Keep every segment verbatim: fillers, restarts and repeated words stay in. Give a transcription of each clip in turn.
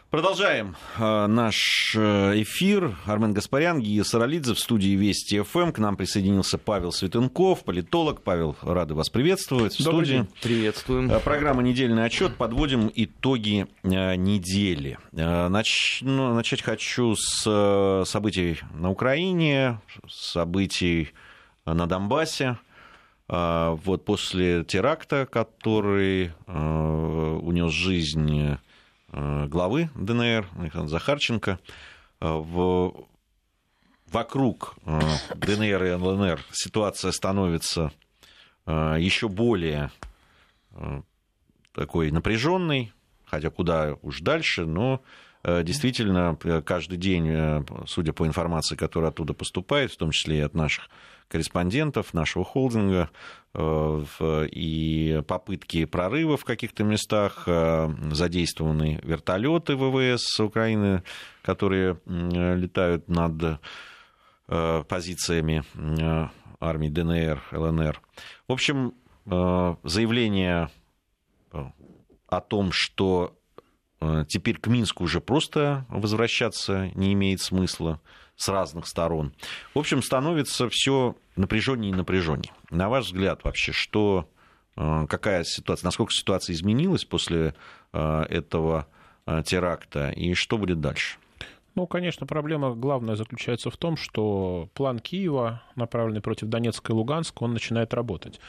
Продолжаем э, наш эфир. Армен Гаспарян, Гия Саралидзе в студии Вести ФМ. К нам присоединился Павел Светенков, политолог. Павел, рады вас приветствовать в Добрый студии. День. Приветствуем. Программа «Недельный отчет». Подводим итоги э, недели. Э, нач... ну, начать хочу с э, событий на Украине, событий на Донбассе. Э, вот после теракта, который э, унес жизнь главы ДНР Михаила Захарченко, в... вокруг ДНР и ЛНР ситуация становится еще более такой напряженной, хотя куда уж дальше, но действительно каждый день, судя по информации, которая оттуда поступает, в том числе и от наших корреспондентов, нашего холдинга, и попытки прорыва в каких-то местах, задействованы вертолеты ВВС Украины, которые летают над позициями армий ДНР, ЛНР. В общем, заявление о том, что теперь к Минску уже просто возвращаться не имеет смысла с разных сторон. В общем, становится все напряженнее и напряженнее. На ваш взгляд, вообще, что, какая ситуация, насколько ситуация изменилась после этого теракта и что будет дальше? Ну, конечно, проблема главная заключается в том, что план Киева, направленный против Донецка и Луганска, он начинает работать.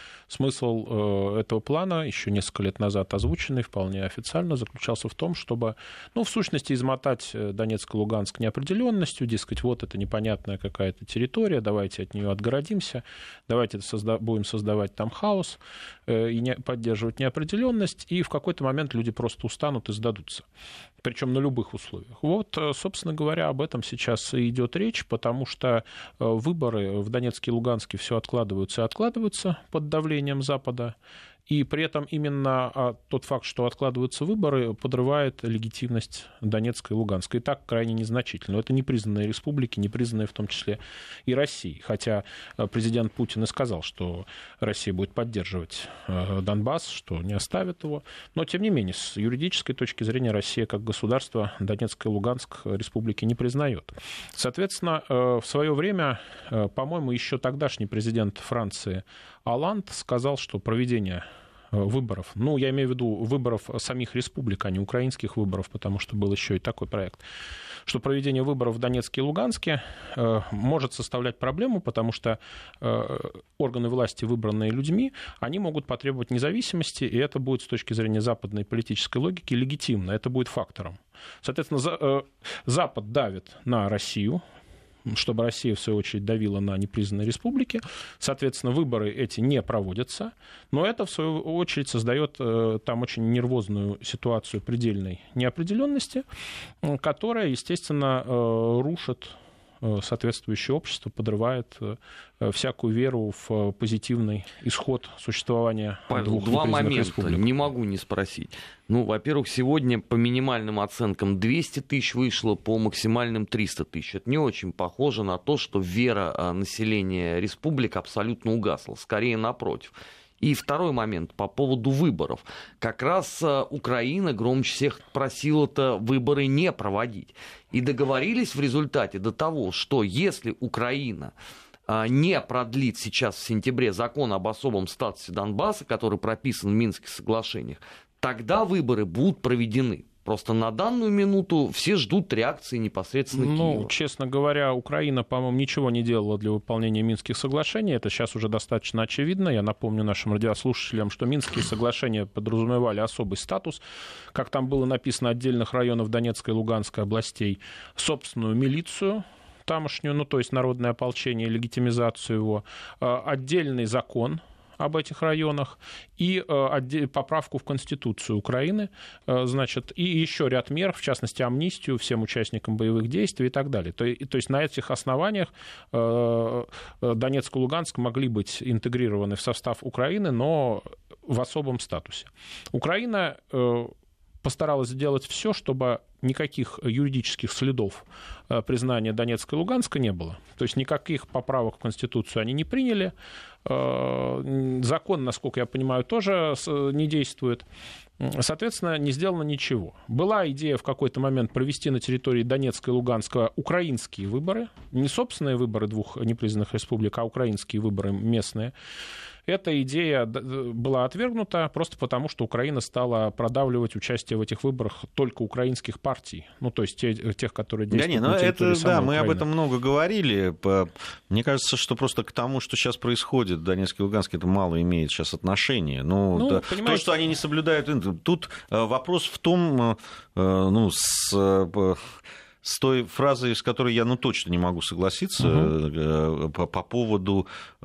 Смысл э, этого плана, еще несколько лет назад озвученный, вполне официально, заключался в том, чтобы, ну, в сущности, измотать Донецк и Луганск неопределенностью, дескать, вот это непонятная какая-то территория, давайте от нее отгородимся, давайте созда- будем создавать там хаос э, и не- поддерживать неопределенность, и в какой-то момент люди просто устанут и сдадутся. Причем на любых условиях. Вот, собственно говоря, об этом сейчас и идет речь, потому что выборы в Донецке и Луганске все откладываются и откладываются под давлением Запада. И при этом именно тот факт, что откладываются выборы, подрывает легитимность Донецка и Луганска. И так крайне незначительно. Это непризнанные республики, непризнанные в том числе и Россией. Хотя президент Путин и сказал, что Россия будет поддерживать Донбасс, что не оставит его. Но, тем не менее, с юридической точки зрения Россия как государство Донецк и Луганск республики не признает. Соответственно, в свое время, по-моему, еще тогдашний президент Франции Олланд сказал, что проведение выборов, ну, я имею в виду выборов самих республик, а не украинских выборов, потому что был еще и такой проект, что проведение выборов в Донецке и Луганске э, может составлять проблему, потому что э, органы власти, выбранные людьми, они могут потребовать независимости, и это будет с точки зрения западной политической логики легитимно, это будет фактором. Соответственно, за, э, Запад давит на Россию, чтобы Россия, в свою очередь, давила на непризнанные республики. Соответственно, выборы эти не проводятся, но это, в свою очередь, создает э, там очень нервозную ситуацию предельной неопределенности, которая, естественно, э, рушит э, соответствующее общество, подрывает э, всякую веру в позитивный исход существования Павел, двух два момента, республик. не могу не спросить. Ну, во-первых, сегодня по минимальным оценкам двести тысяч вышло, по максимальным триста тысяч. Это не очень похоже на то, что вера населения республик абсолютно угасла. Скорее, напротив. И второй момент по поводу выборов. Как раз Украина громче всех просила-то выборы не проводить. И договорились в результате до того, что если Украина не продлит сейчас в сентябре закон об особом статусе Донбасса, который прописан в Минских соглашениях, тогда выборы будут проведены. Просто на данную минуту все ждут реакции непосредственно ну, Киева. Честно говоря, Украина, по-моему, ничего не делала для выполнения Минских соглашений. Это сейчас уже достаточно очевидно. Я напомню нашим радиослушателям, что Минские соглашения подразумевали особый статус, как там было написано, отдельных районов Донецкой и Луганской областей, собственную милицию тамошнюю, ну, то есть народное ополчение, легитимизацию его, отдельный закон об этих районах и э, поправку в Конституцию Украины, э, значит, и еще ряд мер, в частности, амнистию всем участникам боевых действий и так далее. То, и, то есть на этих основаниях э, Донецк и Луганск могли быть интегрированы в состав Украины, но в особом статусе. Украина э, постаралась сделать все, чтобы никаких юридических следов признания Донецка и Луганска не было. То есть никаких поправок в Конституцию они не приняли. Закон, насколько я понимаю, тоже не действует. Соответственно, не сделано ничего. Была идея в какой-то момент провести на территории Донецка и Луганска украинские выборы. Не собственные выборы двух непризнанных республик, а украинские выборы местные. Эта идея была отвергнута просто потому, что Украина стала продавливать участие в этих выборах только украинских партий. Ну, то есть тех, которые действуют да, не, на территории это, самой да, мы Украины. об этом много говорили. Мне кажется, что просто к тому, что сейчас происходит в Донецке и Луганске, это мало имеет сейчас отношения. Ну, ну, да, то, что они не соблюдают... Тут вопрос в том, ну, с... с той фразой, с которой я, ну, точно не могу согласиться, угу. по, по поводу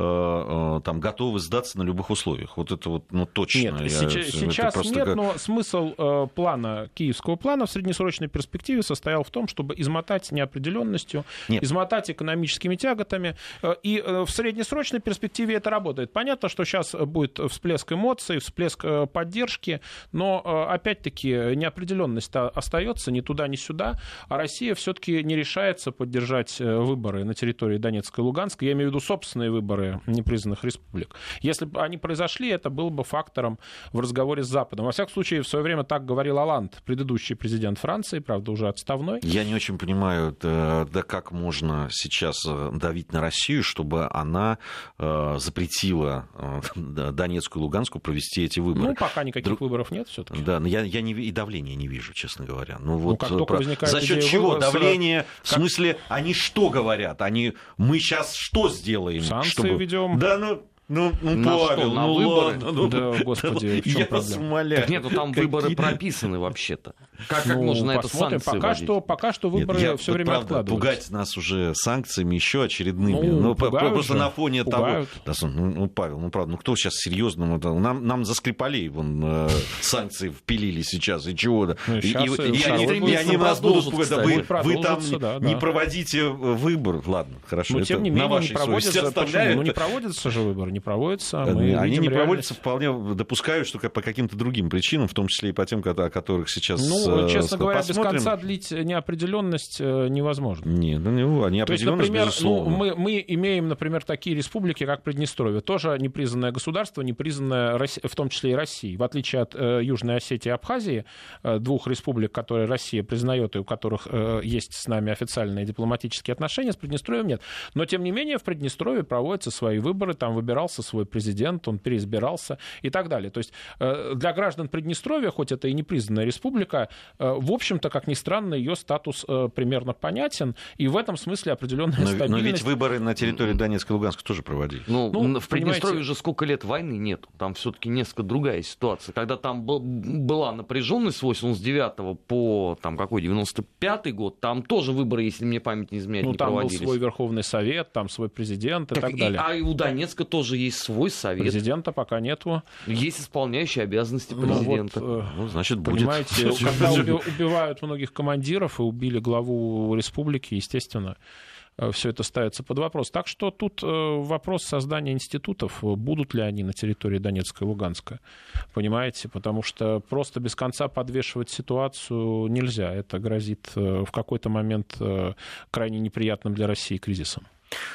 там, готовы сдаться на любых условиях. Вот это вот, ну, точно. Нет, я, сейчас, сейчас просто... нет, но смысл э, плана, киевского плана в среднесрочной перспективе состоял в том, чтобы измотать неопределенностью, нет. измотать экономическими тяготами, э, и э, в среднесрочной перспективе это работает. Понятно, что сейчас будет всплеск эмоций, всплеск э, поддержки, но, э, опять-таки, неопределенность остается ни туда, ни сюда, а Россия все-таки не решается поддержать выборы на территории Донецка и Луганска. Я имею в виду собственные выборы непризнанных республик. Если бы они произошли, это было бы фактором в разговоре с Западом. Во всяком случае, в свое время так говорил Олланд, предыдущий президент Франции, правда, уже отставной. Я не очень понимаю, да, да как можно сейчас давить на Россию, чтобы она э, запретила э, Донецку и Луганску провести эти выборы. Ну, пока никаких Друг... выборов нет все-таки. Да, но я, я не, и давления не вижу, честно говоря. Ну, ну, вот, как только возникает за счет идея чего? выбора, Давление, как... в смысле, они что говорят? Они, мы сейчас что сделаем? Санкции чтобы... ведем. Да, ну... Ну, ну на Павел, что, на ну выборы? Ладно, ну, да, господи, в чем я проблема? вас умоляю. Так нет, ну там Какие... выборы прописаны вообще-то. Как, как ну, можно это санкции пока что, пока что выборы нет, я, все вот время правда, откладываются. Пугать нас уже санкциями еще очередными. Ну, ну, просто же, на фоне пугают. того... Да, ну, ну, Павел, ну правда, ну кто сейчас серьезно? Нам, нам за Скрипалей вон, э, санкции впилили сейчас, и чего-то. Ну, и, и, и, и, они, и они нас будут пугать. Да, вы, вы там да, не да. проводите выбор. Ладно, хорошо. Но тем не менее не проводятся. Ну не проводятся же выборы, не проводятся. Мы они не реальность. проводятся, вполне допускаю, что по каким-то другим причинам, в том числе и по тем, о которых сейчас Ну, честно говоря, посмотрим. без конца длить неопределенность невозможно. Нет, ну, неопределенность, То есть, например, безусловно. Ну, мы, мы имеем, например, такие республики, как Приднестровье, тоже непризнанное государство, непризнанное в том числе и Россией. В отличие от э, Южной Осетии и Абхазии, э, двух республик, которые Россия признает и у которых э, есть с нами официальные дипломатические отношения, с Приднестровьем нет. Но, тем не менее, в Приднестровье проводятся свои выборы, там выбирался свой президент, он переизбирался и так далее. То есть э, для граждан Приднестровья, хоть это и непризнанная республика, э, в общем-то, как ни странно, ее статус э, примерно понятен, и в этом смысле определенная но, стабильность. Но ведь выборы на территории Донецка и Луганска тоже проводились. Ну, ну в Приднестровье уже сколько лет войны нет. Там все-таки несколько другая ситуация. Когда там был, была напряженность с восемьдесят девятого по там, какой, девяносто пятый год, там тоже выборы, если мне память не изменяет, ну, не там проводились. был свой Верховный Совет, там свой президент и так, так далее. И, а и у Донецка тоже есть свой совет. Президента пока нету. Есть исполняющие обязанности президента. Ну, вот, ну, значит, будет. Понимаете, когда убивают многих командиров и убили главу республики, естественно, все это ставится под вопрос. Так что тут вопрос создания институтов, будут ли они на территории Донецка и Луганска, понимаете? Потому что просто без конца подвешивать ситуацию нельзя. Это грозит в какой-то момент крайне неприятным для России кризисом.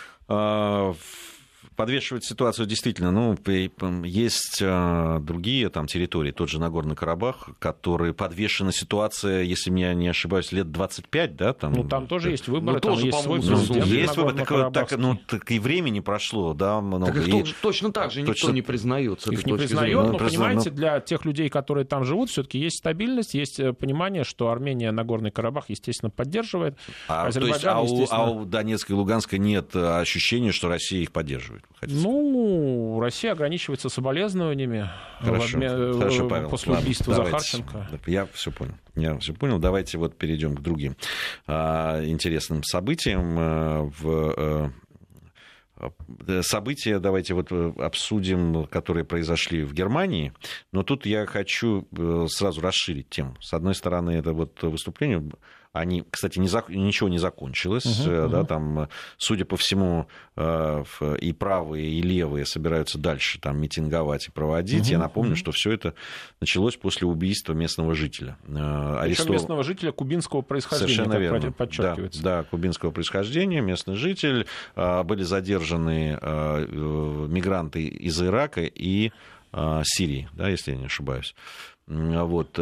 Подвешивать ситуацию действительно, ну, есть другие там территории, тот же Нагорный Карабах, которые подвешена ситуация, если меня не ошибаюсь, лет двадцать пять, да? Там, ну, там тоже есть выборы, ну, там тоже, есть свой ну, президент. Есть выборы, так, так, ну, так и времени прошло, да, много. Так и... точно так же точно... никто не признает. Их не признает, но, ну, понимаете, ну... для тех людей, которые там живут, все-таки есть стабильность, есть понимание, что Армения Нагорный Карабах, естественно, поддерживает. А, Азербайджан, то есть, естественно... а у Донецка и Луганска нет ощущения, что Россия их поддерживает? Ну, Россия ограничивается соболезнованиями хорошо, в... хорошо, Павел, после ладно, убийства давайте. Захарченко. Я все понял. Я все понял. Давайте вот перейдем к другим а, интересным событиям. А, в, а, события, давайте вот обсудим, которые произошли в Германии. Но тут я хочу сразу расширить тему. С одной стороны, это вот выступление... Они, кстати, не зак... ничего не закончилось. Uh-huh, да, uh-huh. Там, судя по всему, и правые, и левые собираются дальше там, митинговать и проводить. Uh-huh, Я напомню, uh-huh. что все это началось после убийства местного жителя. Причем Арестов... местного жителя кубинского происхождения, Совершенно верно. Как подчеркивается. Да, да, кубинского происхождения, местный житель. Были задержаны мигранты из Ирака и Сирии, да, если я не ошибаюсь. Вот...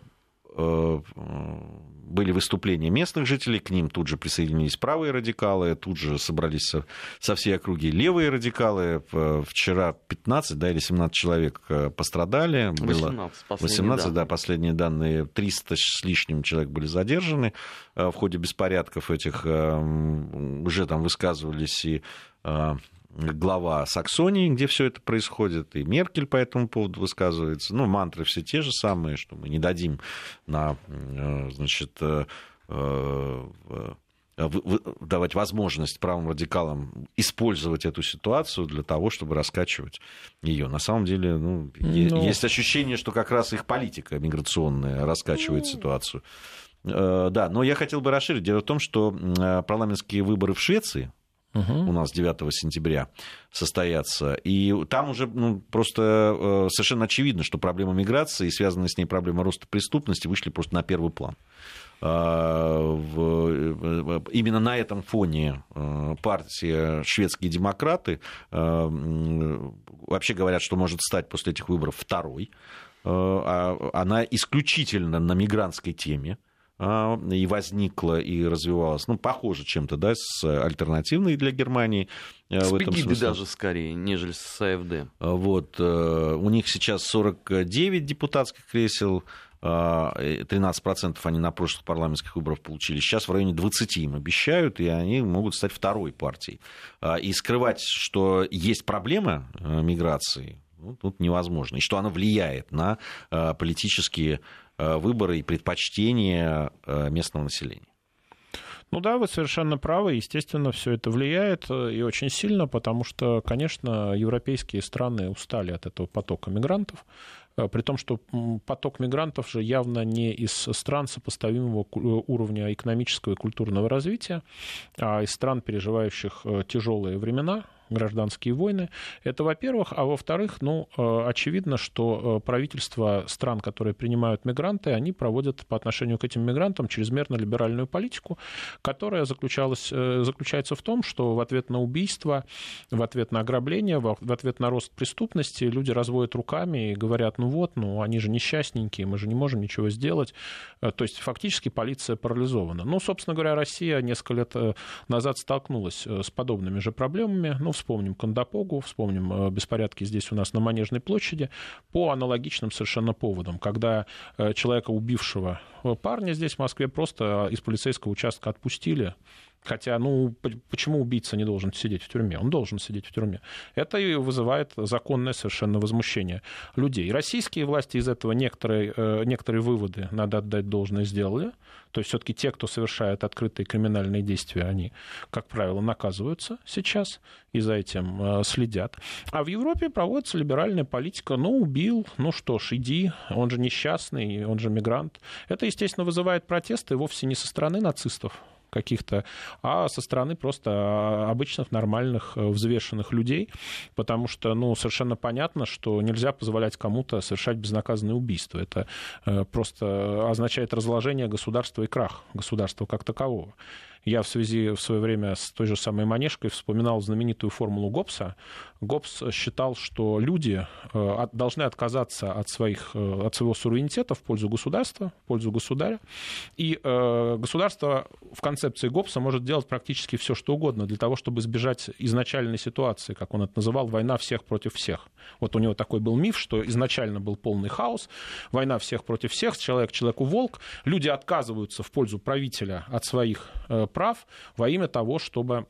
Были выступления местных жителей, к ним тут же присоединились правые радикалы, тут же собрались со, со всей округи левые радикалы. Вчера пятнадцать, да, или семнадцать человек пострадали. восемнадцать, Было... восемнадцать, да, последние данные. триста с лишним человек были задержаны в ходе беспорядков этих. Уже там высказывались и глава Саксонии, где все это происходит, и Меркель по этому поводу высказывается. Ну, мантры все те же самые, что мы не дадим на, значит, давать возможность правым радикалам использовать эту ситуацию для того, чтобы раскачивать ее. На самом деле, ну, Но... есть ощущение, что как раз их политика миграционная раскачивает Но... ситуацию. Да, но я хотел бы расширить. Дело в том, что парламентские выборы в Швеции Uh-huh. у нас девятого сентября состоятся. И там уже ну, просто совершенно очевидно, что проблема миграции и связанная с ней проблема роста преступности вышли просто на первый план. Именно на этом фоне партия «Шведские демократы» вообще говорят, что может стать после этих выборов второй. Она исключительно на мигрантской теме и возникла, и развивалась, ну, похоже чем-то, да, с альтернативной для Германии. С Пегиды даже скорее, нежели с АфД. Вот, у них сейчас сорок девять депутатских кресел, тринадцать процентов они на прошлых парламентских выборах получили. Сейчас в районе двадцать им обещают, и они могут стать второй партией. И скрывать, что есть проблема миграции, ну, тут невозможно. И что она влияет на политические выборы и предпочтения местного населения. Ну да, вы совершенно правы. Естественно, все это влияет и очень сильно, потому что, конечно, европейские страны устали от этого потока мигрантов. При том, что поток мигрантов же явно не из стран сопоставимого уровня экономического и культурного развития, а из стран, переживающих тяжелые времена, гражданские войны. Это, во-первых. А во-вторых, ну, очевидно, что правительства стран, которые принимают мигранты, они проводят по отношению к этим мигрантам чрезмерно либеральную политику, которая заключалась, заключается в том, что в ответ на убийство, в ответ на ограбление, в ответ на рост преступности люди разводят руками и говорят, ну вот, ну они же несчастненькие, мы же не можем ничего сделать. То есть фактически полиция парализована. Ну, собственно говоря, Россия несколько лет назад столкнулась с подобными же проблемами. Ну, вспомним Кандапогу, вспомним беспорядки здесь у нас на Манежной площади по аналогичным совершенно поводам, когда человека, убившего парня здесь в Москве, просто из полицейского участка отпустили. Хотя, ну, почему убийца не должен сидеть в тюрьме? Он должен сидеть в тюрьме. Это и вызывает законное совершенно возмущение людей. Российские власти из этого некоторые, некоторые выводы, надо отдать должное, сделали. То есть все-таки те, кто совершает открытые криминальные действия, они, как правило, наказываются сейчас и за этим следят. А в Европе проводится либеральная политика. Ну, убил, ну что ж, иди, он же несчастный, он же мигрант. Это, естественно, вызывает протесты вовсе не со стороны нацистов каких-то, а со стороны просто обычных, нормальных, взвешенных людей, потому что, ну, совершенно понятно, что нельзя позволять кому-то совершать безнаказанное убийство. Это просто означает разложение государства и крах государства как такового. Я в связи в свое время с той же самой Манежкой вспоминал знаменитую формулу Гоббса. Гоббс считал, что люди должны отказаться от, своих, от своего суверенитета в пользу государства, в пользу государя. И государство в концепции Гоббса может делать практически все, что угодно для того, чтобы избежать изначальной ситуации, как он это называл, война всех против всех. Вот у него такой был миф, что изначально был полный хаос, война всех против всех, человек человеку волк, люди отказываются в пользу правителя от своих прав во имя того, чтобы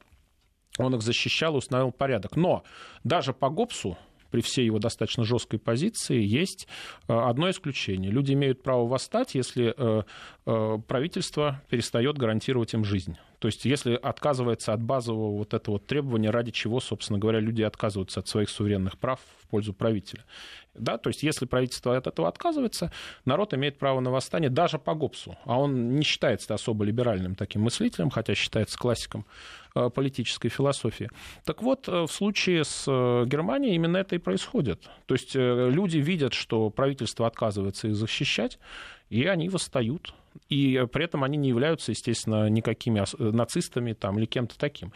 он их защищал и установил порядок. Но даже по Гоббсу, при всей его достаточно жесткой позиции, есть одно исключение. Люди имеют право восстать, если правительство перестает гарантировать им жизнь. То есть если отказывается от базового вот этого вот требования, ради чего, собственно говоря, люди отказываются от своих суверенных прав в пользу правителя. Да, то есть если правительство от этого отказывается, народ имеет право на восстание даже по Гоббсу. А он не считается особо либеральным таким мыслителем, хотя считается классиком политической философии. Так вот, в случае с Германией именно это и происходит. То есть люди видят, что правительство отказывается их защищать, и они восстают. И при этом они не являются, естественно, никакими нацистами там, или кем-то таким.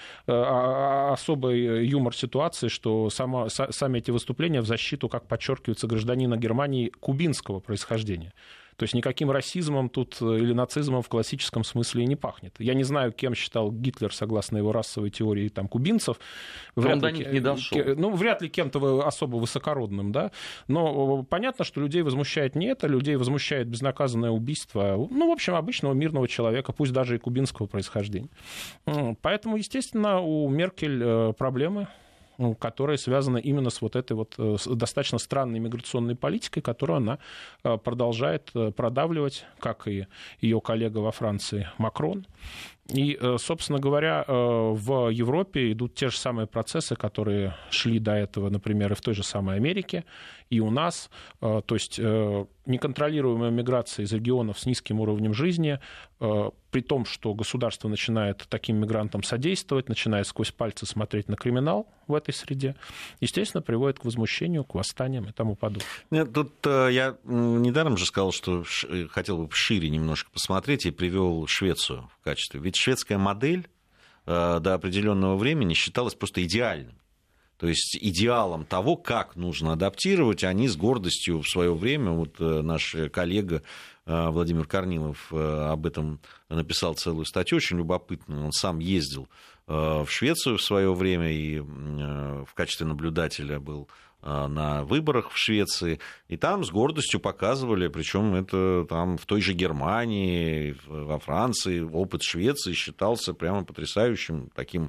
А особый юмор ситуации, что само, сами эти выступления в защиту, как подчеркивается, гражданина Германии кубинского происхождения. То есть никаким расизмом тут или нацизмом в классическом смысле и не пахнет. Я не знаю, кем считал Гитлер, согласно его расовой теории, там, кубинцев. Вряд Он до ли, них не дошел. Ну, вряд ли кем-то особо высокородным, да. Но понятно, что людей возмущает не это, людей возмущает безнаказанное убийство, ну, в общем, обычного мирного человека, пусть даже и кубинского происхождения. Поэтому, естественно, у Меркель проблемы, которые связаны именно с вот этой вот достаточно странной миграционной политикой, которую она продолжает продавливать, как и ее коллега во Франции Макрон. И, собственно говоря, в Европе идут те же самые процессы, которые шли до этого, например, и в той же самой Америке, и у нас. То есть неконтролируемая миграция из регионов с низким уровнем жизни, при том, что государство начинает таким мигрантам содействовать, начинает сквозь пальцы смотреть на криминал в этой среде, естественно, приводит к возмущению, к восстаниям и тому подобное. Нет, тут я недаром же сказал, что хотел бы шире немножко посмотреть и привел Швецию в качестве. Ведь шведская модель до определенного времени считалась просто идеальной. То есть идеалом того, как нужно адаптировать, они с гордостью в свое время, вот наш коллега Владимир Корнилов об этом написал целую статью, очень любопытную, он сам ездил в Швецию в свое время и в качестве наблюдателя был на выборах в Швеции, и там с гордостью показывали, причем это там в той же Германии, во Франции, опыт Швеции считался прямо потрясающим, таким,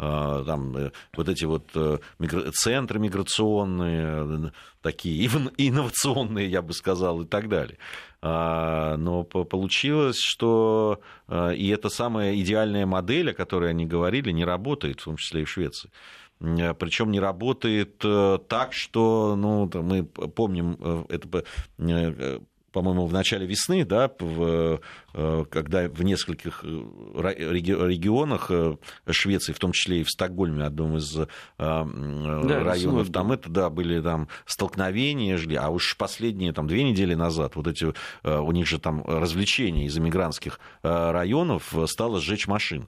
там, вот эти вот центры миграционные, такие инновационные, я бы сказал, и так далее. Но получилось, что и эта самая идеальная модель, о которой они говорили, не работает, в том числе и в Швеции. Причем не работает так, что, ну, мы помним, это, по-моему, в начале весны, да, в, когда в нескольких регионах Швеции, в том числе и в Стокгольме, одном из да, районов, там это, да, были там столкновения, а уж последние там, две недели назад вот эти, у них же там развлечения из эмигрантских районов стало сжечь машины,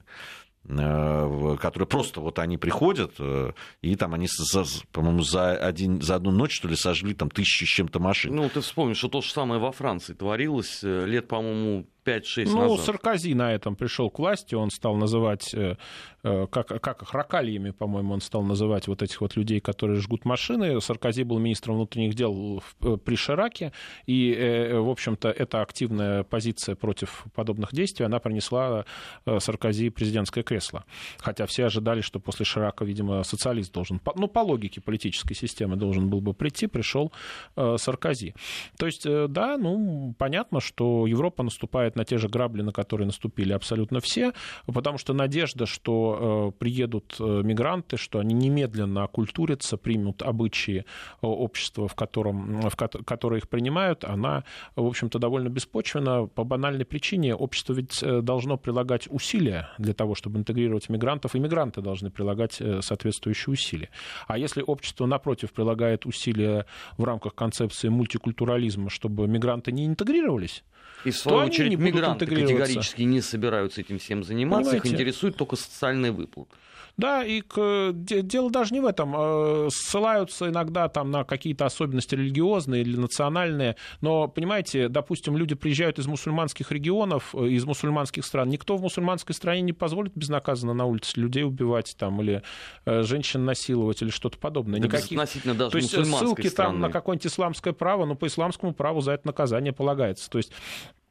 которые просто вот они приходят, и там они, по-моему, за, один, за одну ночь, что ли, сожгли там тысячу с чем-то машин. Ну, ты вспомнишь, что то же самое во Франции творилось лет, по-моему, пять-шесть ну, назад. Ну, Саркози на этом пришел к власти, он стал называть, как, как их, ракальями, по-моему, он стал называть вот этих вот людей, которые жгут машины. Саркози был министром внутренних дел при Шираке, и, в общем-то, эта активная позиция против подобных действий, она принесла Саркози президентское кресло. Хотя все ожидали, что после Ширака, видимо, социалист должен, ну, по логике политической системы должен был бы прийти, пришел Саркози. То есть, да, ну, понятно, что Европа наступает на те же грабли, на которые наступили абсолютно все, потому что надежда, что э, приедут мигранты, что они немедленно окультурятся, примут обычаи общества, в котором, в ко- которые их принимают, она, в общем-то, довольно беспочвенна по банальной причине. Общество ведь должно прилагать усилия для того, чтобы интегрировать мигрантов, и мигранты должны прилагать соответствующие усилия. А если общество, напротив, прилагает усилия в рамках концепции мультикультурализма, чтобы мигранты не интегрировались, и, в свою очередь, мигранты категорически не собираются этим всем заниматься, Понимаете? Их интересует только социальные выплаты. Да, и к... дело даже не в этом. Ссылаются иногда там на какие-то особенности религиозные или национальные, но, понимаете, допустим, люди приезжают из мусульманских регионов, из мусульманских стран. Никто в мусульманской стране не позволит безнаказанно на улице людей убивать там, или женщин насиловать или что-то подобное. Да, Никаких... безотносительно даже То есть мусульманской ссылки страны. там на какое-нибудь исламское право, но по исламскому праву за это наказание полагается. То есть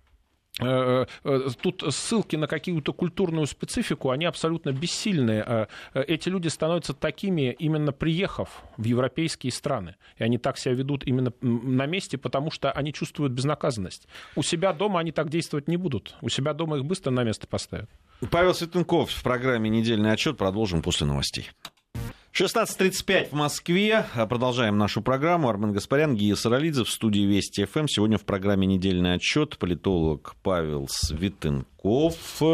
Тут ссылки на какую-то культурную специфику, они абсолютно бессильны. Эти люди становятся такими, именно приехав в европейские страны. И они так себя ведут именно на месте, потому что они чувствуют безнаказанность. У себя дома они так действовать не будут. У себя дома их быстро на место поставят. Павел Светенков в программе «Недельный отчет». Продолжим после новостей. шестнадцать тридцать пять в Москве. Продолжаем нашу программу. Армен Гаспарян, Гия Саралидзе в студии Вести ФМ. Сегодня в программе «Недельный отчет» политолог Павел Светенков.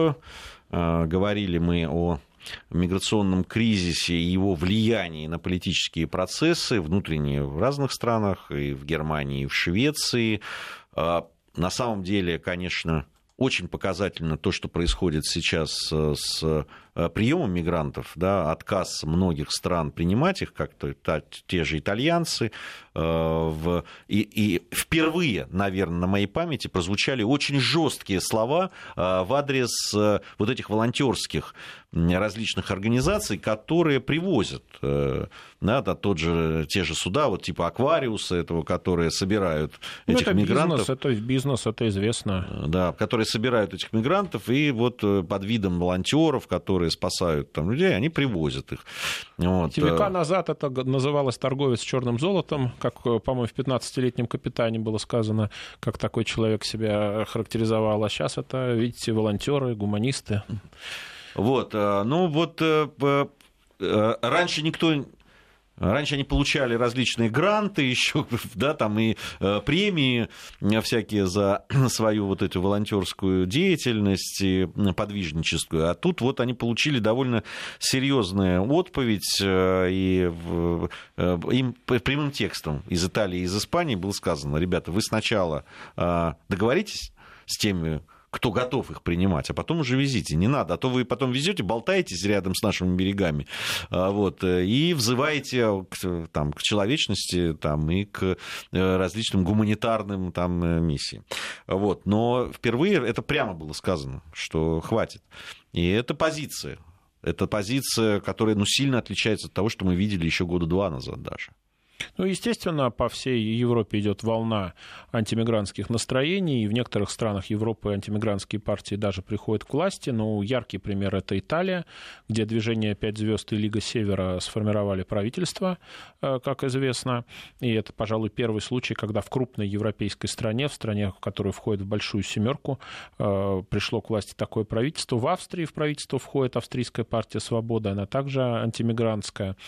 Говорили мы о миграционном кризисе и его влиянии на политические процессы, внутренние в разных странах, и в Германии, и в Швеции. На самом деле, конечно, очень показательно то, что происходит сейчас с приемом мигрантов, да, отказ многих стран принимать их, как-то те же итальянцы. В, и, и впервые, наверное, на моей памяти прозвучали очень жесткие слова в адрес вот этих волонтерских различных организаций, которые привозят, да, да, тот же, те же суда, вот типа Аквариуса этого, которые собирают этих ну, это мигрантов. Бизнес, это бизнес, это известно. Да, которые собирают этих мигрантов, и вот под видом волонтеров, которые спасают там людей, они привозят их. Вот. Века назад это называлось торговец черным золотом, как, по-моему, в пятнадцатилетнем «Капитане» было сказано, как такой человек себя характеризовал. А сейчас это, видите, волонтеры, гуманисты. Вот, ну вот раньше никто... Раньше они получали различные гранты еще, да, там и э, премии всякие за свою вот эту волонтерскую деятельность и подвижническую. А тут вот они получили довольно серьезную отповедь, э, и э, им прямым текстом из Италии и из Испании было сказано: ребята, вы сначала э, договоритесь с теми, кто готов их принимать, а потом уже везите. Не надо, а то вы потом везете, болтаетесь рядом с нашими берегами, вот, и взываете к, там, к человечности там, и к различным гуманитарным там, миссиям. Вот. Но впервые это прямо было сказано, что хватит. И это позиция. Это позиция, которая ну, сильно отличается от того, что мы видели еще года два назад даже. Ну, естественно, по всей Европе идет волна антимигрантских настроений, и в некоторых странах Европы антимигрантские партии даже приходят к власти. Но яркий пример — это Италия, где движение «Пять звезд» и Лига Севера сформировали правительство, как известно. И это, пожалуй, первый случай, когда в крупной европейской стране, в стране, которая входит в большую семерку, пришло к власти такое правительство. В Австрии в правительство входит австрийская партия «Свобода», она также антимигрантская.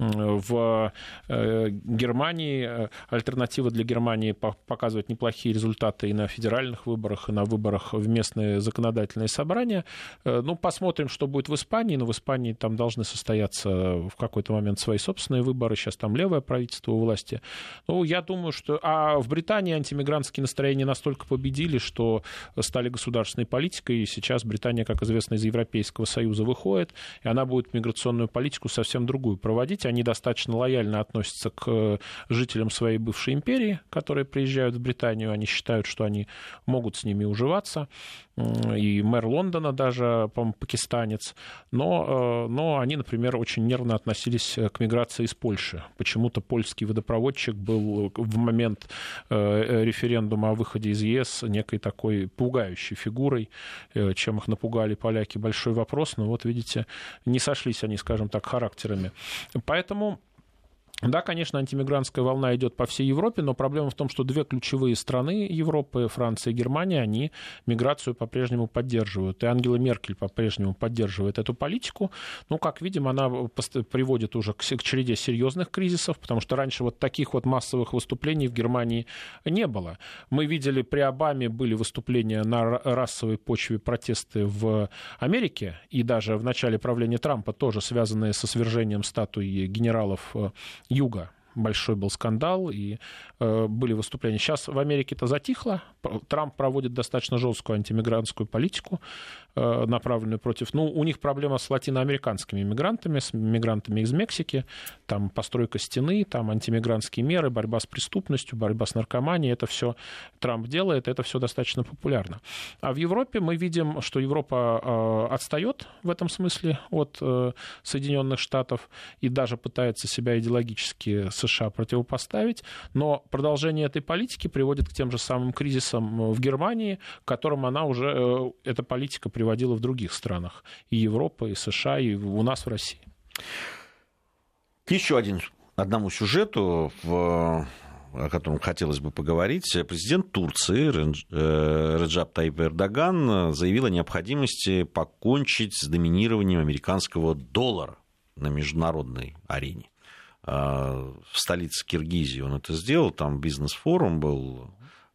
В Германии альтернатива для Германии показывает неплохие результаты и на федеральных выборах, и на выборах в местные законодательные собрания. Ну, посмотрим, что будет в Испании. Но в Испании там должны состояться в какой-то момент свои собственные выборы. Сейчас там левое правительство у власти. Ну, я думаю, что... А в Британии антимигрантские настроения настолько победили, что стали государственной политикой. И сейчас Британия, как известно, из Европейского Союза выходит, и она будет миграционную политику совсем другую проводить. Они достаточно лояльно относятся к жителям своей бывшей империи, которые приезжают в Британию. Они считают, что они могут с ними уживаться. И мэр Лондона даже, по-моему, пакистанец. Но, но они, например, очень нервно относились к миграции из Польши. Почему-то польский водопроводчик был в момент референдума о выходе из ЕС некой такой пугающей фигурой. Чем их напугали поляки, большой вопрос. Но вот, видите, не сошлись они, скажем так, характерами. Поэтому... Да, конечно, антимигрантская волна идет по всей Европе, но проблема в том, что две ключевые страны Европы, Франция и Германия, они миграцию по-прежнему поддерживают. И Ангела Меркель по-прежнему поддерживает эту политику. Ну, как видим, она приводит уже к череде серьезных кризисов, потому что раньше вот таких вот массовых выступлений в Германии не было. Мы видели, при Обаме были выступления на расовой почве, протесты в Америке, и даже в начале правления Трампа тоже связанные со свержением статуи генералов Юга. Большой был скандал, и э, были выступления. Сейчас в Америке это затихло. Трамп проводит достаточно жесткую антимигрантскую политику. направленную против... Ну, у них проблема с латиноамериканскими мигрантами, с мигрантами из Мексики, там постройка стены, там антимигрантские меры, борьба с преступностью, борьба с наркоманией, это все Трамп делает, это все достаточно популярно. А в Европе мы видим, что Европа отстает в этом смысле от Соединенных Штатов и даже пытается себя идеологически США противопоставить, но продолжение этой политики приводит к тем же самым кризисам в Германии, к которым она уже, эта политика приводила в других странах, и Европы, и США, и у нас в России. Еще один, одному сюжету, в, о котором хотелось бы поговорить. Президент Турции Реджеп Тайип Эрдоган заявил о необходимости покончить с доминированием американского доллара на международной арене. В столице Киргизии он это сделал, там бизнес-форум был,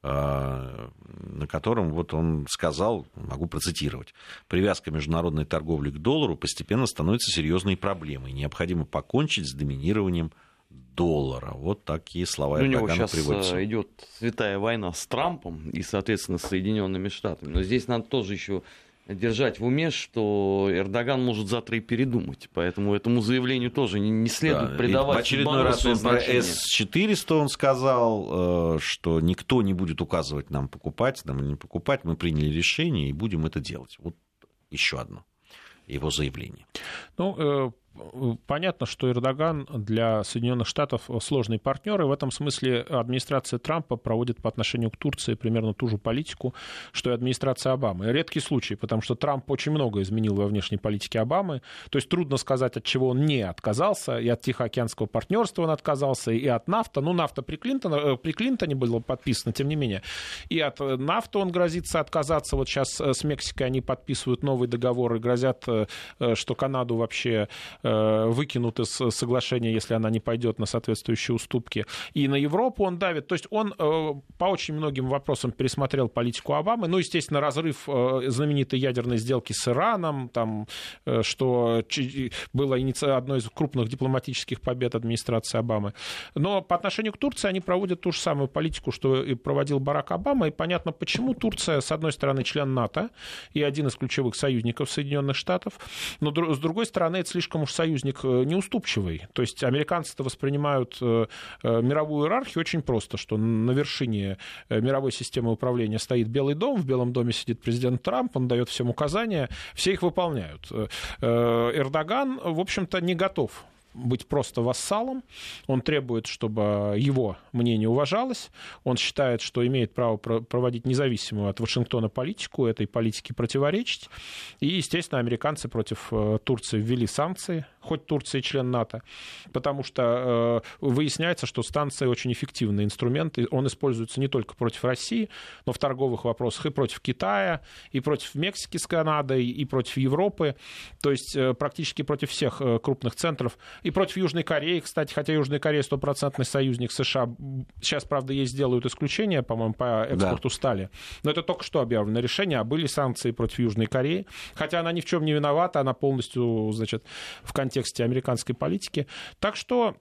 на котором вот он сказал, могу процитировать: «Привязка международной торговли к доллару постепенно становится серьезной проблемой. Необходимо покончить с доминированием доллара». Вот такие слова Эрдогана приводятся. У него сейчас идет святая война с Трампом и, соответственно, с Соединенными Штатами. Но здесь надо тоже еще держать в уме, что Эрдоган может завтра и передумать. Поэтому этому заявлению тоже не следует да, придавать. В очередной раз про эс четыреста он сказал, что никто не будет указывать нам, покупать нам или не покупать. Мы приняли решение и будем это делать. Вот еще одно его заявление. Ну, понятно, что Эрдоган для Соединенных Штатов сложный партнер, и в этом смысле администрация Трампа проводит по отношению к Турции примерно ту же политику, что и администрация Обамы. Редкий случай, потому что Трамп очень много изменил во внешней политике Обамы, то есть трудно сказать, от чего он не отказался, и от Тихоокеанского партнерства он отказался, и от нафта. Ну, нафта при Клинтоне, при Клинтоне было подписано, тем не менее. И от нафта он грозится отказаться. Вот сейчас с Мексикой они подписывают новый договор и грозят, что Канаду вообще выкинут из соглашения, если она не пойдет на соответствующие уступки. И на Европу он давит. То есть он по очень многим вопросам пересмотрел политику Обамы. Ну, естественно, разрыв знаменитой ядерной сделки с Ираном, там, что было одной из крупных дипломатических побед администрации Обамы. Но по отношению к Турции они проводят ту же самую политику, что и проводил Барак Обама. И понятно, почему. Турция, с одной стороны, член НАТО и один из ключевых союзников Соединенных Штатов. Но с другой стороны, это слишком уж союзник неуступчивый. То есть американцы-то воспринимают мировую иерархию очень просто, что на вершине мировой системы управления стоит Белый дом, в Белом доме сидит президент Трамп, он дает всем указания, все их выполняют. Эрдоган, в общем-то, не готов быть просто вассалом. Он требует, чтобы его мнение уважалось. Он считает, что имеет право проводить независимую от Вашингтона политику, этой политике противоречить. И, естественно, американцы против Турции ввели санкции, хоть Турция и член НАТО, потому что э, выясняется, что санкции очень эффективный инструмент, и он используется не только против России, но в торговых вопросах и против Китая, и против Мексики с Канадой, и против Европы, то есть э, практически против всех э, крупных центров, и против Южной Кореи, кстати, хотя Южная Корея стопроцентный союзник США, сейчас, правда, ей сделают исключение, по-моему, по экспорту да. стали, но это только что объявлено решение, а были санкции против Южной Кореи, хотя она ни в чем не виновата, она полностью, значит, в контексте контексте американской политики. Так что,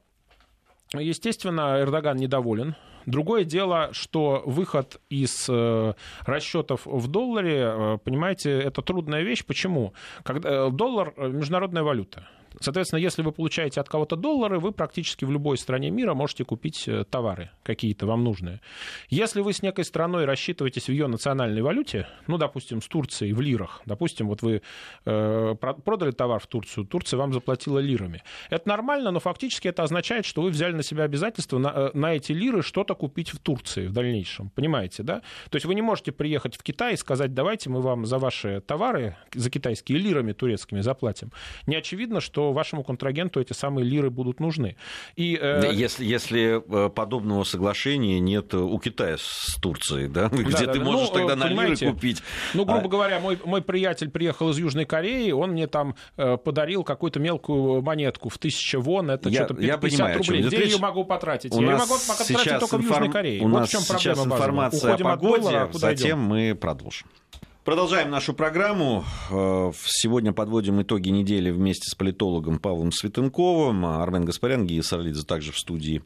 естественно, Эрдоган недоволен. Другое дело, что выход из э, расчетов в долларе, э, понимаете, это трудная вещь. Почему? Когда, э, доллар — международная валюта. Соответственно, если вы получаете от кого-то доллары, вы практически в любой стране мира можете купить товары какие-то вам нужные. Если вы с некой страной рассчитываетесь в ее национальной валюте, ну, допустим, с Турцией в лирах, допустим, вот вы э, продали товар в Турцию, Турция вам заплатила лирами. Это нормально, но фактически это означает, что вы взяли на себя обязательство на, на эти лиры что-то купить в Турции в дальнейшем. Понимаете, да? То есть вы не можете приехать в Китай и сказать: давайте мы вам за ваши товары, за китайские лирами турецкими заплатим. Не очевидно, что вашему контрагенту эти самые лиры будут нужны. И, э... если, если подобного соглашения нет у Китая с Турцией, да? Да, где да, ты да. можешь ну, тогда на лиры купить. Ну, грубо а... говоря, мой, мой приятель приехал из Южной Кореи, он мне там э, подарил какую-то мелкую монетку в тысячу вон, это я, что-то пятьдесят понимаю, рублей. Где я ее могу потратить? У я ее могу потратить только информ... в Южной Корее. У вот нас в чем сейчас проблема информация Уходим о погоде, доллара, а затем идем? мы продолжим. Продолжаем нашу программу. Сегодня подводим итоги недели вместе с политологом Павлом Светенковым. Армен Гаспарян, Гия Саралидзе также в студии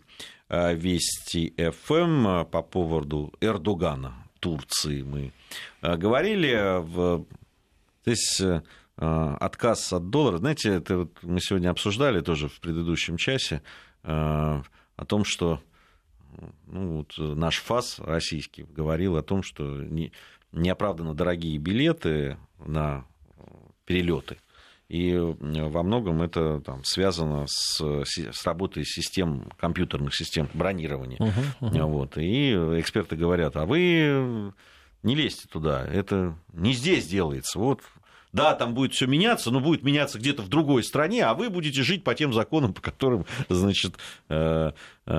Вести эф эм. По поводу Эрдогана, Турции мы говорили. В Здесь отказ от доллара, знаете, это вот мы сегодня обсуждали тоже в предыдущем часе о том, что ну, вот наш ФАС российский говорил о том, что не, неоправданно дорогие билеты на перелеты. И во многом это там, связано с, с работой систем, компьютерных систем бронирования. Uh-huh, uh-huh. Вот. И эксперты говорят, а вы не лезьте туда, это не здесь делается. Вот. Да, там будет все меняться, но будет меняться где-то в другой стране, а вы будете жить по тем законам, по которым, значит, вам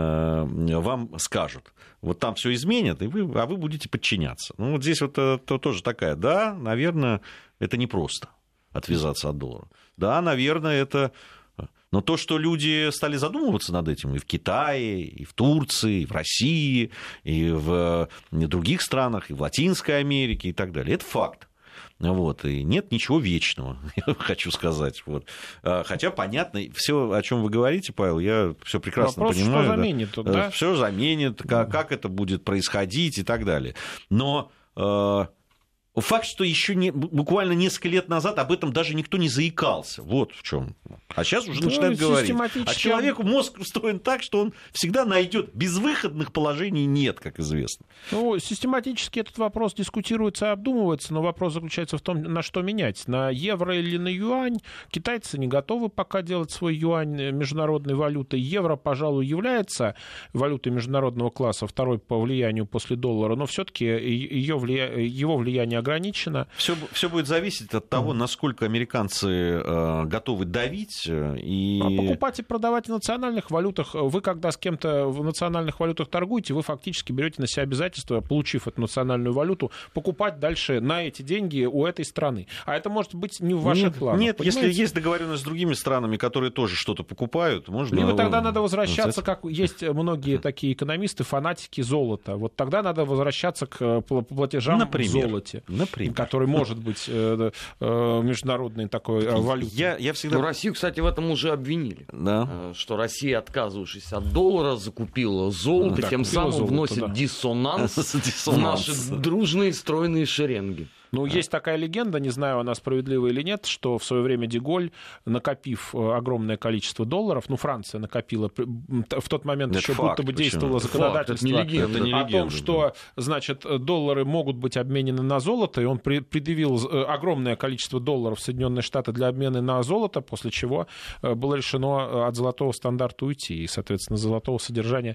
скажут. Вот там все изменят, и вы, а вы будете подчиняться. Ну, вот здесь вот то, тоже такая, да, наверное, это непросто отвязаться от доллара. Да, наверное, это... Но то, что люди стали задумываться над этим и в Китае, и в Турции, и в России, и в других странах, и в Латинской Америке, и так далее, это факт. Вот, и нет ничего вечного, я хочу сказать. Вот. Хотя, понятно, все, о чем вы говорите, Павел, я все прекрасно Вопрос, понимаю. Что заменит, да? Да? Все заменит, как, как это будет происходить и так далее. Но э, факт, что еще не, буквально несколько лет назад об этом даже никто не заикался. Вот в чем. А сейчас уже ну, начинают говорить. А человеку мозг устроен так, что он всегда найдет. Безвыходных положений нет, как известно. Ну, систематически этот вопрос дискутируется и обдумывается, но вопрос заключается в том, на что менять. На евро или на юань. Китайцы не готовы пока делать свой юань международной валютой. Евро, пожалуй, является валютой международного класса, второй по влиянию после доллара, но все-таки ее влия... его влияние ограничено. Все, все будет зависеть от того, насколько американцы э, готовы давить. И... А покупать и продавать в национальных валютах. Вы, когда с кем-то в национальных валютах торгуете, вы фактически берете на себя обязательство, получив эту национальную валюту, покупать дальше на эти деньги у этой страны. А это может быть не в ваших нет, планах. Нет, понимаете? Если есть договоренность с другими странами, которые тоже что-то покупают, можно... Либо тогда надо возвращаться, как есть многие такие экономисты, фанатики золота. Вот тогда надо возвращаться к платежам Например. в золоте. Например. Который может быть международной такой валютой. Я, я всегда... Ну, Россию, кстати, в этом уже обвинили. Да. Что Россия, отказывавшись от доллара, закупила золото, да, тем самым золото, вносит да. диссонанс в наши дружные стройные шеренги. Ну, да. Есть такая легенда, не знаю, она справедлива или нет, что в свое время Де-Голь, накопив огромное количество долларов, ну, Франция накопила, в тот момент это еще факт, будто бы действовало почему? законодательство факт, это не легенда, это не о легенда, том, что, да. значит, доллары могут быть обменены на золото, и он предъявил огромное количество долларов в Соединенные Штаты для обмена на золото, после чего было решено от золотого стандарта уйти, и, соответственно, золотого содержания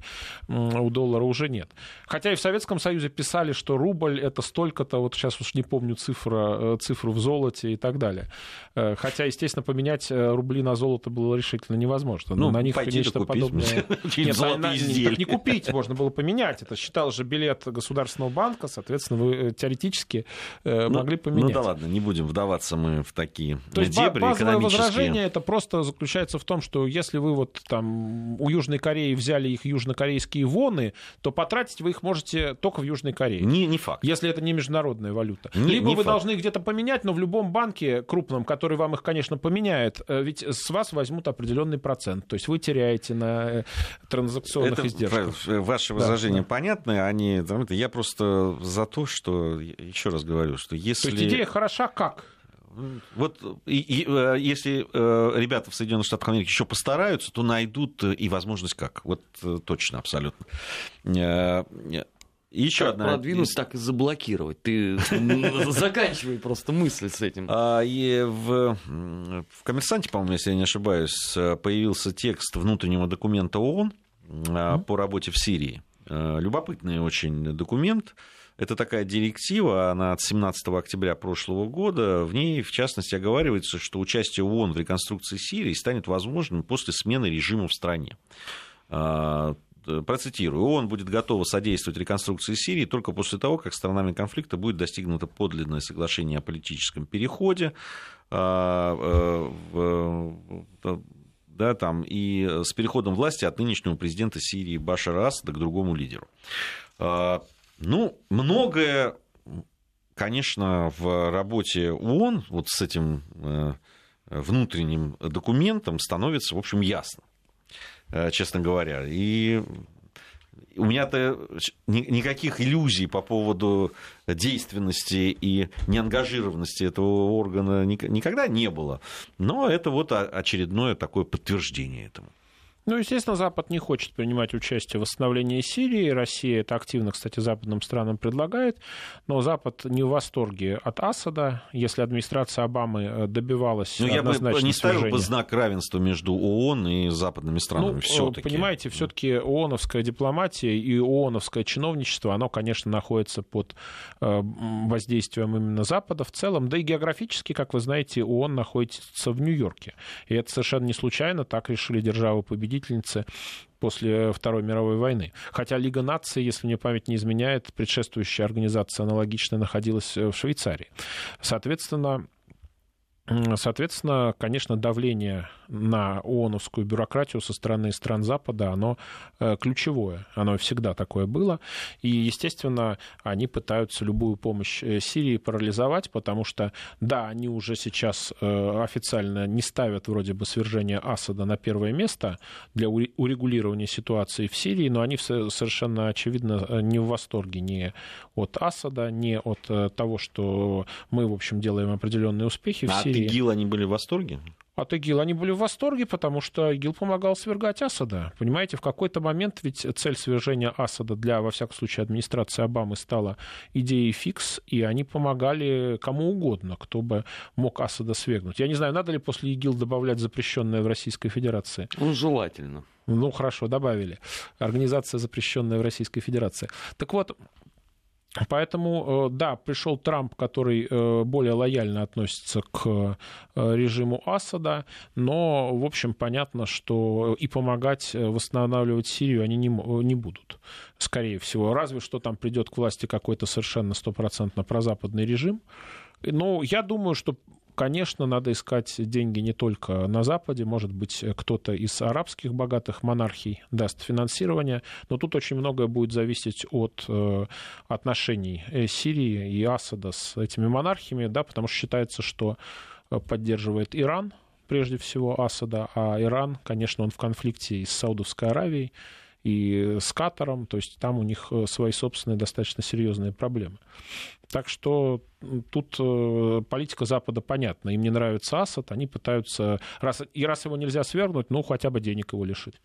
у доллара уже нет. Хотя и в Советском Союзе писали, что рубль — это столько-то, вот сейчас уж не помню, Цифра, цифру в золоте и так далее. Хотя, естественно, поменять рубли на золото было решительно невозможно. Ну, на них нечто подобное... Нет, на, не, не купить, можно было поменять. Это считал же билет Государственного банка, соответственно, вы теоретически ну, могли поменять. Ну да ладно, не будем вдаваться мы в такие То есть дебри базовое возражение это просто заключается в том, что если вы вот там у Южной Кореи взяли их южнокорейские воны, то потратить вы их можете только в Южной Корее. Не, не факт. Если это не международная валюта. Не, Либо не вы факт. должны их где-то поменять, но в любом банке крупном, который вам их, конечно, поменяет, ведь с вас возьмут определенный процент. То есть вы теряете на транзакционных это, издержках. Ваши да, возражения да. понятны. Они, я просто за то, что, еще раз говорю, что если... То есть идея хороша как? Вот и, и, если ребята в Соединенных Штатах Америки еще постараются, то найдут и возможность как. Вот точно, абсолютно. И еще как одна... продвинуть, так и заблокировать. Ты заканчивай просто мысль с этим. И в, в «Коммерсанте», по-моему, если я не ошибаюсь, появился текст внутреннего документа ООН по работе в Сирии. Любопытный очень документ. Это такая директива, она от семнадцатого октября прошлого года. В ней, в частности, оговаривается, что участие ООН в реконструкции Сирии станет возможным после смены режима в стране. Процитирую. ООН будет готова содействовать реконструкции Сирии только после того, как сторонами конфликта будет достигнуто подлинное соглашение о политическом переходе, да, там, и с переходом власти от нынешнего президента Сирии Башара Асада к другому лидеру. Ну, многое, конечно, в работе ООН вот с этим внутренним документом становится, в общем, ясно. Честно говоря. И у меня-то никаких иллюзий по поводу действенности и неангажированности этого органа никогда не было. Но это вот очередное такое подтверждение этому. Ну, естественно, Запад не хочет принимать участие в восстановлении Сирии. Россия это активно, кстати, западным странам предлагает. Но Запад не в восторге от Асада. Если администрация Обамы добивалась ну, однозначного я бы не ставил свержения... бы знак равенства между ООН и западными странами. Ну, всё-таки. Понимаете, все-таки ООНовская дипломатия и ООНовское чиновничество, оно, конечно, находится под воздействием именно Запада в целом. Да и географически, как вы знаете, ООН находится в Нью-Йорке. И это совершенно не случайно. Так решили державы-победительницы после Второй мировой войны. Хотя Лига наций, если мне память не изменяет, предшествующая организация аналогично находилась в Швейцарии. Соответственно, Соответственно, конечно, давление на ООНовскую бюрократию со стороны стран Запада, оно ключевое. Оно всегда такое было. И, естественно, они пытаются любую помощь Сирии парализовать, потому что, да, они уже сейчас официально не ставят вроде бы свержение Асада на первое место для урегулирования ситуации в Сирии, но они совершенно очевидно не в восторге ни от Асада, ни от того, что мы, в общем, делаем определенные успехи в а Сирии. От ИГИЛ они были в восторге? От ИГИЛ они были в восторге, потому что ИГИЛ помогал свергать Асада. Понимаете, в какой-то момент ведь цель свержения Асада для, во всяком случае, администрации Обамы стала идеей фикс, и они помогали кому угодно, кто бы мог Асада свергнуть. Я не знаю, надо ли после ИГИЛ добавлять запрещенное в Российской Федерации? Ну, желательно. Ну, хорошо, добавили. Организация, запрещенная в Российской Федерации. Так вот, поэтому, да, пришел Трамп, который более лояльно относится к режиму Асада, но, в общем, понятно, что и помогать восстанавливать Сирию они не, не будут, скорее всего. Разве что там придет к власти какой-то совершенно стопроцентно прозападный режим. Но я думаю, что, конечно, надо искать деньги не только на Западе. Может быть, кто-то из арабских богатых монархий даст финансирование. Но тут очень многое будет зависеть от отношений Сирии и Асада с этими монархиями, да, потому что считается, что поддерживает Иран, прежде всего, Асада, а Иран, конечно, он в конфликте и с Саудовской Аравией, и с Катаром, то есть там у них свои собственные достаточно серьезные проблемы. Так что тут политика Запада понятна. Им не нравится Асад, они пытаются... Раз, и раз его нельзя свергнуть, ну, хотя бы денег его лишить.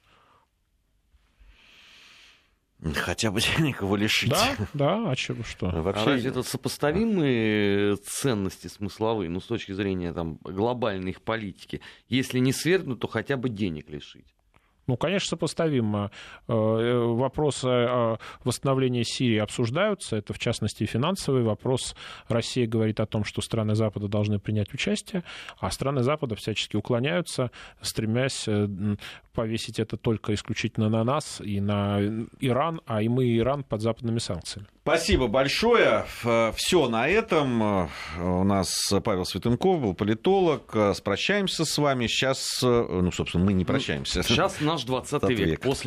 Хотя бы денег его лишить. Да, да, а чего, что? Вообще, а разве это сопоставимые ценности смысловые, ну, с точки зрения там, глобальной их политики? Если не свергнуть, то хотя бы денег лишить. Ну, конечно, сопоставимо. Вопросы восстановления Сирии обсуждаются. Это, в частности, и финансовый вопрос. Россия говорит о том, что страны Запада должны принять участие, а страны Запада всячески уклоняются, стремясь повесить это только исключительно на нас и на Иран, а и мы и Иран под западными санкциями. Спасибо большое. Все на этом. У нас Павел Светенков был политолог. Прощаемся с вами. Сейчас, ну, собственно, мы не прощаемся. Сейчас наш двадцатый век. После